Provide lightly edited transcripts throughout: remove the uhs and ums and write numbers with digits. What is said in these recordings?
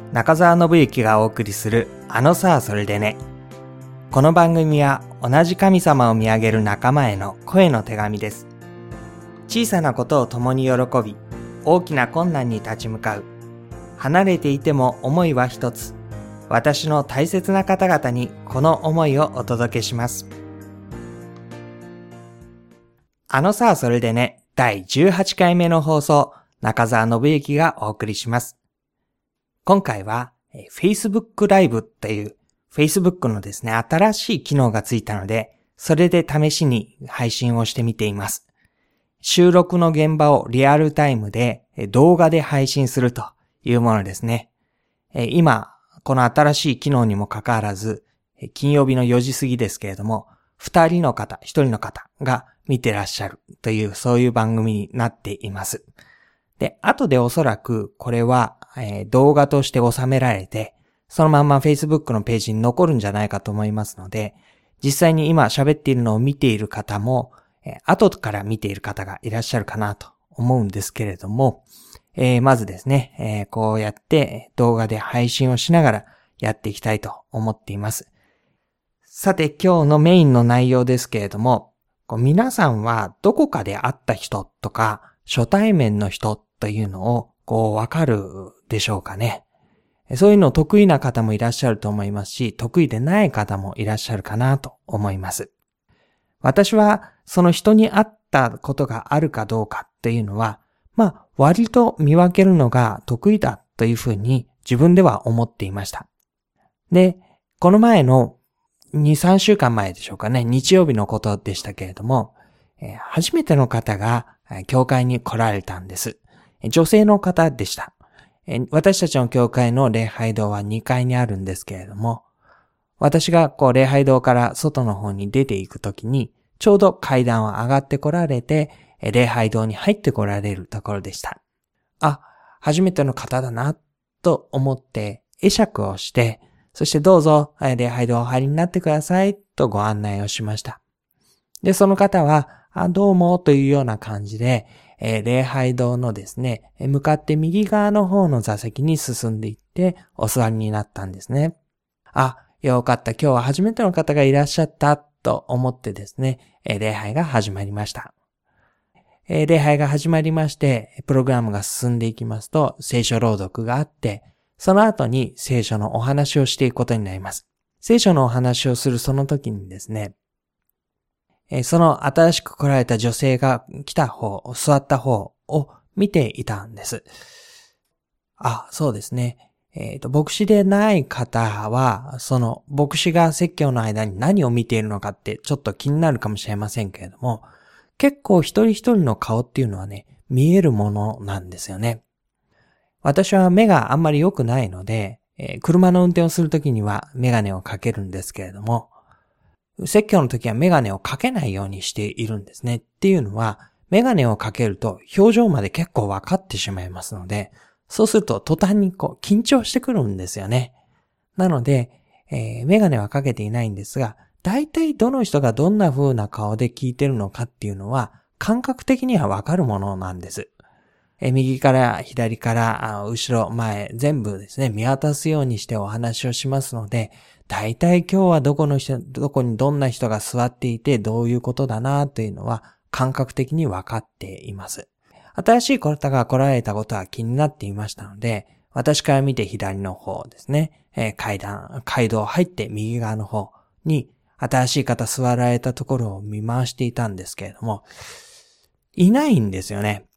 中澤信之がお送りするあのさあそれでね。この番組は同じ神様を見上げる仲間への声の手紙です。小さなことを共に喜び、大きな困難に立ち向かう。離れていても思いは一つ。私の大切な方々にこの思いをお届けします。あのさあそれでね、第18回目の放送、中澤信之がお送りします。今回は Facebook ライブという Facebook のですね、新しい機能がついたので、それで試しに配信をしてみています。収録の現場をリアルタイムで動画で配信するというものですね。今、この新しい機能にもかかわらず、金曜日の4時過ぎですけれども、1人の方が見てらっしゃるという、そういう番組になっています。で、後でおそらくこれは、動画として収められて、そのまんま Facebook のページに残るんじゃないかと思いますので、実際に今喋っているのを見ている方も、後から見ている方がいらっしゃるかなと思うんですけれども、まずですね、こうやって動画で配信をしながらやっていきたいと思っています。さて今日のメインの内容ですけれども、皆さんはどこかで会った人とか初対面の人というのをわかるでしょうかね。そういうの得意な方もいらっしゃると思いますし、得意でない方もいらっしゃるかなと思います。私はその人に会ったことがあるかどうかっていうのは、割と見分けるのが得意だというふうに自分では思っていました。で、この前の2、3週間前でしょうかね、日曜日のことでしたけれども、初めての方が教会に来られたんです。女性の方でした。私たちの教会の礼拝堂は2階にあるんですけれども、私が礼拝堂から外の方に出ていくときに、ちょうど階段を上がって来られて、礼拝堂に入って来られるところでした。初めての方だな、と思って会釈をして、そしてどうぞ礼拝堂お入りになってください、とご案内をしました。で、その方は、どうもというような感じで、礼拝堂のですね、向かって右側の方の座席に進んでいってお座りになったんですね。よかった。今日は初めての方がいらっしゃったと思ってですね、礼拝が始まりました。礼拝が始まりまして、プログラムが進んでいきますと、聖書朗読があって、その後に聖書のお話をしていくことになります。聖書のお話をするその時にですね、その新しく来られた女性が来た方、座った方を見ていたんです。そうですね。牧師でない方は、その牧師が説教の間に何を見ているのかってちょっと気になるかもしれませんけれども、結構一人一人の顔っていうのはね、見えるものなんですよね。私は目があんまり良くないので、車の運転をするときにはメガネをかけるんですけれども、説教の時はメガネをかけないようにしているんですね。っていうのは、メガネをかけると表情まで結構分かってしまいますので、そうすると途端に緊張してくるんですよね。なので、メガネはかけていないんですが、大体どの人がどんな風な顔で聞いてるのかっていうのは、感覚的には分かるものなんです。右から左から後ろ前全部ですね、見渡すようにしてお話をしますので、大体今日はどこにどんな人が座っていてどういうことだなというのは感覚的に分かっています。新しい方が来られたことは気になっていましたので、私から見て左の方ですね、街道入って右側の方に新しい方座られたところを見回していたんですけれども、いないんですよね。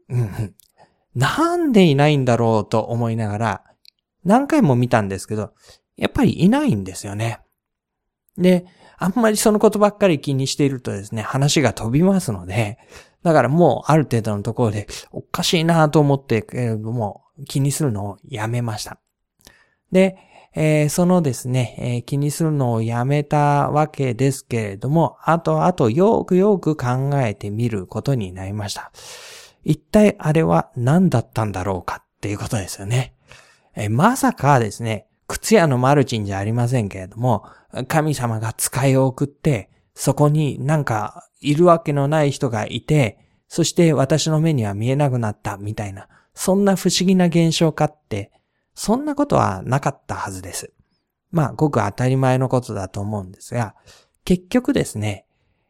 なんでいないんだろうと思いながら何回も見たんですけど、やっぱりいないんですよね。で、あんまりそのことばっかり気にしているとですね、話が飛びますので、だからもうある程度のところでおかしいなと思ってけれども気にするのをやめました。で、そのですね、気にするのをやめたわけですけれども、あとよく考えてみることになりました。一体あれは何だったんだろうかっていうことですよね。まさかですね、靴屋のマルチンじゃありませんけれども、神様が使いを送って、そこになんかいるわけのない人がいて、そして私の目には見えなくなったみたいな、そんな不思議な現象かって、 そんなことはなかったはずです。ごく当たり前のことだと思うんですが、結局ですね、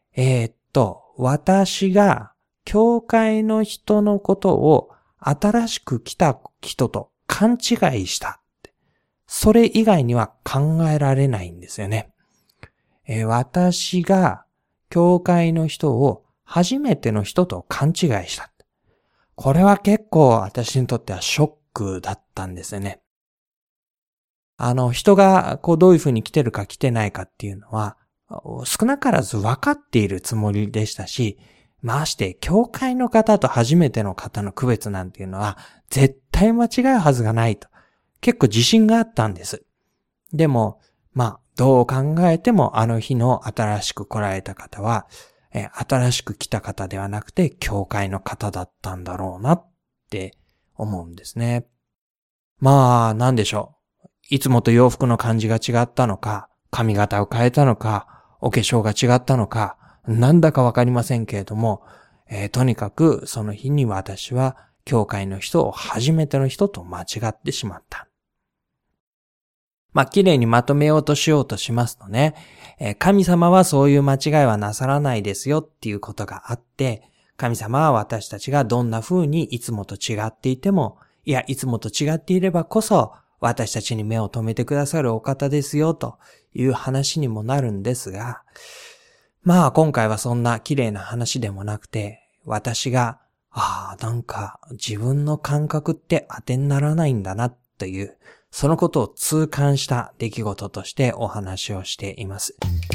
私が教会の人のことを新しく来た人と勘違いした。それ以外には考えられないんですよね。私が教会の人を初めての人と勘違いした。これは結構私にとってはショックだったんですよね。人がどういうふうに来てるか来てないかっていうのは、少なからず分かっているつもりでしたし、まして教会の方と初めての方の区別なんていうのは絶対間違うはずがないと。結構自信があったんです。でも、どう考えてもあの日の新しく来られた方は、新しく来た方ではなくて教会の方だったんだろうなって思うんですね。なんでしょう。いつもと洋服の感じが違ったのか、髪型を変えたのか、お化粧が違ったのか、なんだかわかりませんけれども、とにかくその日に私は教会の人を初めての人と間違ってしまった。綺麗にまとめようとしますとね、神様はそういう間違いはなさらないですよっていうことがあって、神様は私たちがどんな風にいつもと違っていても、いつもと違っていればこそ私たちに目を留めてくださるお方ですよという話にもなるんですが、今回はそんな綺麗な話でもなくて、私が、なんか自分の感覚って当てにならないんだなという、そのことを痛感した出来事としてお話をしています。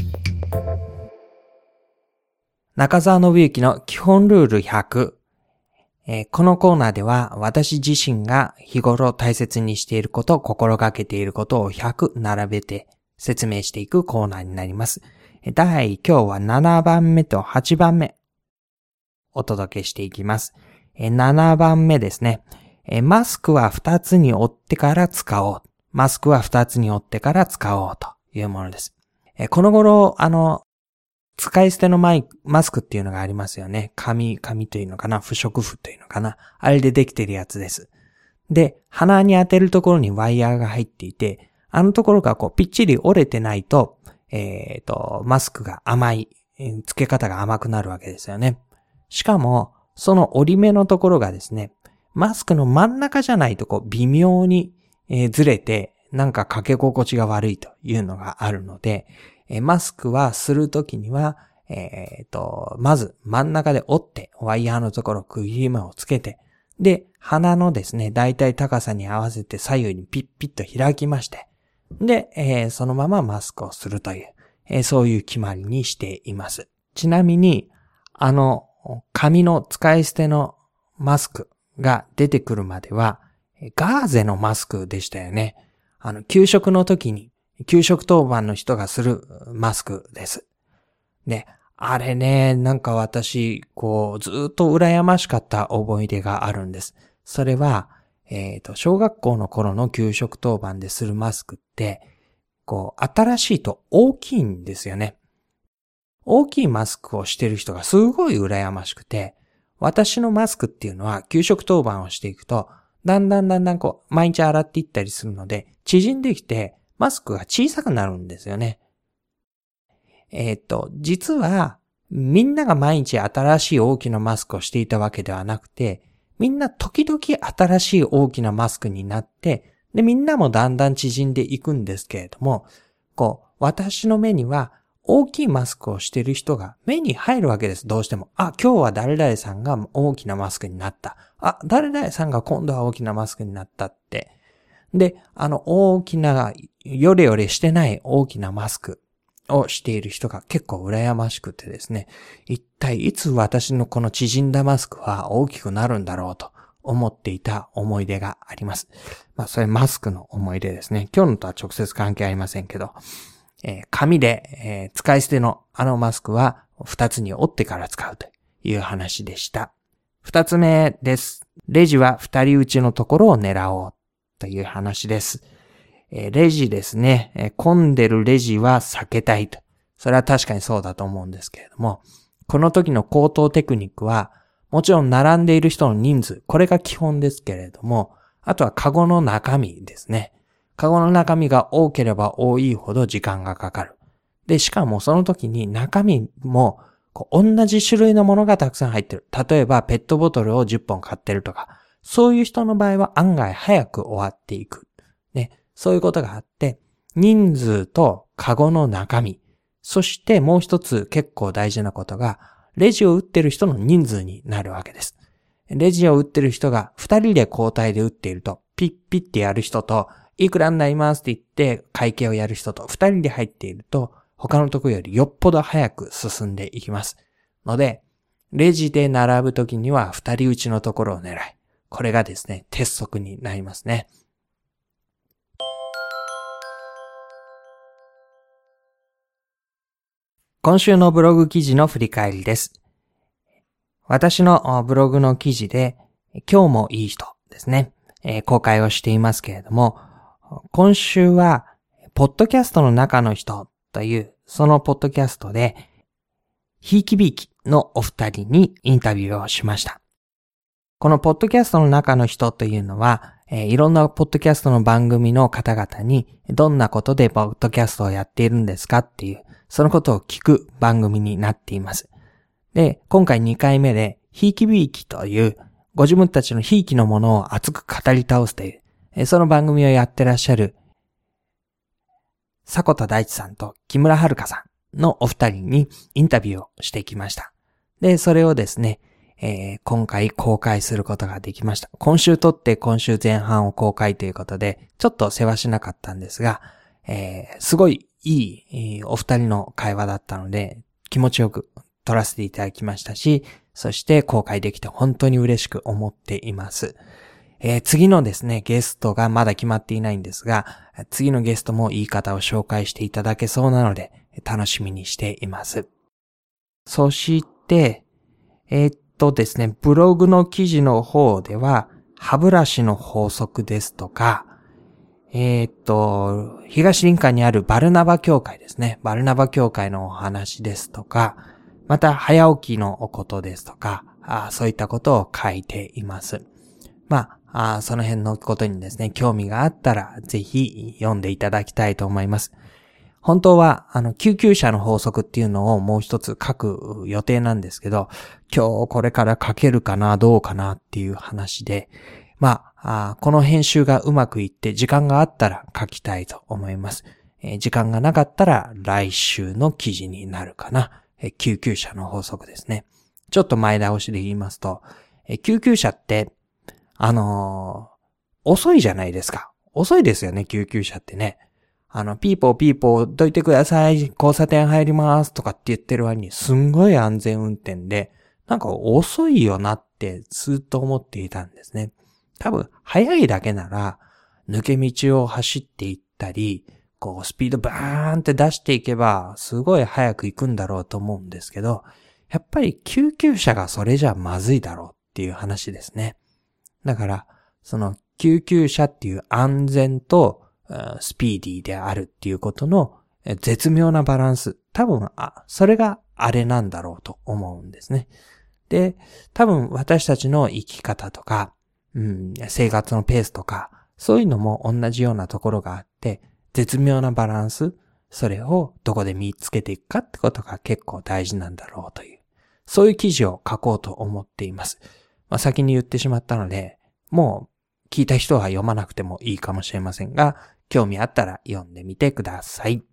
中澤信之の基本ルール100。このコーナーでは私自身が日頃大切にしていること、心がけていることを100並べて説明していくコーナーになります。今日は7番目と8番目お届けしていきます。7番目ですね。マスクは2つに折ってから使おう。マスクは2つに折ってから使おうというものです。この頃、使い捨てのマスクっていうのがありますよね。紙というのかな、不織布というのかな。あれでできてるやつです。で、鼻に当てるところにワイヤーが入っていて、あのところがぴっちり折れてないと、マスクが甘い、付け方が甘くなるわけですよね。しかも、その折り目のところがですね、マスクの真ん中じゃないと微妙にずれて、なんかかけ心地が悪いというのがあるので、マスクはするときには、まず真ん中で折って、ワイヤーのところ区切り目をつけて、で、鼻のですね、だいたい高さに合わせて左右にピッピッと開きまして、で、そのままマスクをするという、そういう決まりにしています。ちなみに、紙の使い捨てのマスクが出てくるまでは、ガーゼのマスクでしたよね。給食の時に、給食当番の人がするマスクです。で、あれね、なんか私、ずっと羨ましかった思い出があるんです。それは、小学校の頃の給食当番でするマスクって、新しいと大きいんですよね。大きいマスクをしてる人がすごい羨ましくて、私のマスクっていうのは給食当番をしていくと、だんだん毎日洗っていったりするので、縮んできて、マスクが小さくなるんですよね。実は、みんなが毎日新しい大きなマスクをしていたわけではなくて、みんな時々新しい大きなマスクになって、で、みんなもだんだん縮んでいくんですけれども、私の目には大きいマスクをしている人が目に入るわけです、どうしても。今日は誰々さんが大きなマスクになった。誰々さんが今度は大きなマスクになったって。で、大きな、ヨレヨレしてない大きなマスクをしている人が結構羨ましくてですね、一体いつ私のこの縮んだマスクは大きくなるんだろうと思っていた思い出があります。それマスクの思い出ですね。今日のとは直接関係ありませんけど、紙で、使い捨てのマスクは2つに折ってから使うという話でした。2つ目です。レジは2人打ちのところを狙おうという話です。レジですね。混んでるレジは避けたいと。それは確かにそうだと思うんですけれども、この時の高等テクニックは、もちろん並んでいる人の人数、これが基本ですけれども、 あとはカゴの中身ですね。カゴの中身が多ければ多いほど時間がかかる。で、しかもその時に中身も同じ種類のものがたくさん入ってる。例えばペットボトルを10本買ってるとか、そういう人の場合は案外早く終わっていく。ね。そういうことがあって、人数とカゴの中身、そしてもう一つ結構大事なことが、レジを打ってる人の人数になるわけです。レジを打ってる人が2人で交代で打っていると、ピッピッってやる人と、いくらになりますって言って会計をやる人と2人で入っていると、他のところよりよっぽど早く進んでいきます。ので、レジで並ぶときには2人打ちのところを狙い。これがですね、鉄則になりますね。今週のブログ記事の振り返りです。私のブログの記事で、今日もいい人ですね、公開をしていますけれども、今週は、ポッドキャストの中の人という、そのポッドキャストで、ひいきびいきのお二人にインタビューをしました。このポッドキャストの中の人というのは、いろんなポッドキャストの番組の方々に、どんなことでポッドキャストをやっているんですかっていう、そのことを聞く番組になっています。で、今回2回目で、ひいきびいきという、ご自分たちのひいきのものを熱く語り倒すという、その番組をやってらっしゃる、迫田大地さんと木村遥さんのお二人にインタビューをしてきました。で、それをですね、今回公開することができました。今週撮って今週前半を公開ということで、ちょっと世話しなかったんですが、すごいいいお二人の会話だったので、気持ちよく撮らせていただきましたし、そして公開できて本当に嬉しく思っています。次のですね、ゲストがまだ決まっていないんですが、次のゲストもいい方を紹介していただけそうなので、楽しみにしています。そして、ですね、ブログの記事の方では、歯ブラシの法則ですとか、東林間にあるバルナバ教会ですね。バルナバ教会のお話ですとか、また早起きのことですとか、そういったことを書いています。その辺のことにですね、興味があったら、ぜひ読んでいただきたいと思います。本当は、救急車の法則っていうのをもう一つ書く予定なんですけど、今日これから書けるかな、どうかなっていう話で、この編集がうまくいって時間があったら書きたいと思います。時間がなかったら来週の記事になるかな。救急車の法則ですね。ちょっと前倒しで言いますと、救急車って、遅いじゃないですか。遅いですよね、救急車ってね。ピーポーピーポーどいてください、交差点入りますとかって言ってる割にすんごい安全運転で、なんか遅いよなってずっと思っていたんですね。多分、早いだけなら、抜け道を走っていったり、スピードバーンって出していけば、すごい早く行くんだろうと思うんですけど、やっぱり救急車がそれじゃまずいだろうっていう話ですね。だから、その救急車っていう安全とスピーディーであるっていうことの絶妙なバランス。多分、それがあれなんだろうと思うんですね。で、多分私たちの生き方とか、生活のペースとか、そういうのも同じようなところがあって、絶妙なバランス、それをどこで見つけていくかってことが結構大事なんだろうという、そういう記事を書こうと思っています。先に言ってしまったので、もう聞いた人は読まなくてもいいかもしれませんが、興味あったら読んでみてください。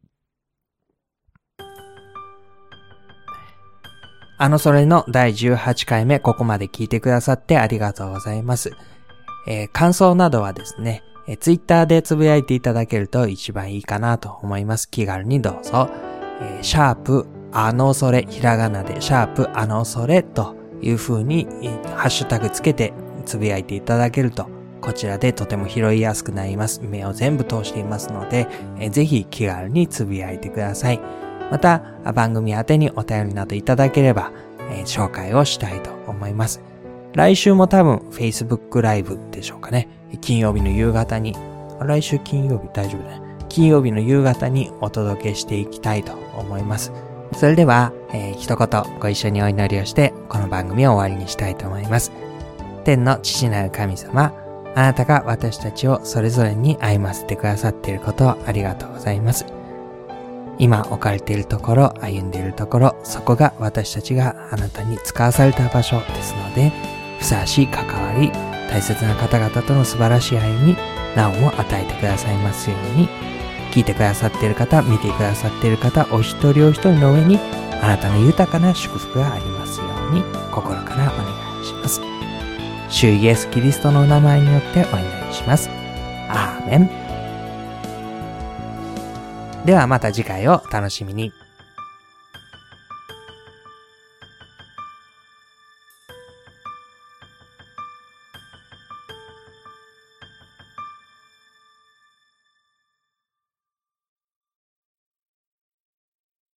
それの第18回目、ここまで聞いてくださってありがとうございます。感想などはですね、ツイッターでつぶやいていただけると一番いいかなと思います。気軽にどうぞ。シャープそれ、ひらがなでシャープそれという風にハッシュタグつけてつぶやいていただけると、こちらでとても拾いやすくなります。目を全部通していますので、ぜひ気軽につぶやいてください。また、番組宛てにお便りなどいただければ、紹介をしたいと思います。来週も多分 Facebook ライブでしょうかね。金曜日の夕方に、来週金曜日大丈夫だね。金曜日の夕方にお届けしていきたいと思います。それでは、一言ご一緒にお祈りをして、この番組を終わりにしたいと思います。天の父なる神様、 あなたが私たちをそれぞれに歩ませてくださっていることをありがとうございます。今置かれているところ、歩んでいるところ、そこが私たちがあなたに使わされた場所ですので、ふさわしい関わり、大切な方々との素晴らしい歩み、難を与えてくださいますように、聞いてくださっている方、見てくださっている方、お一人お一人の上に、あなたの豊かな祝福がありますように、心からお願いします。主イエスキリストのお名前によってお祈りします。アーメン。ではまた次回をお楽しみに。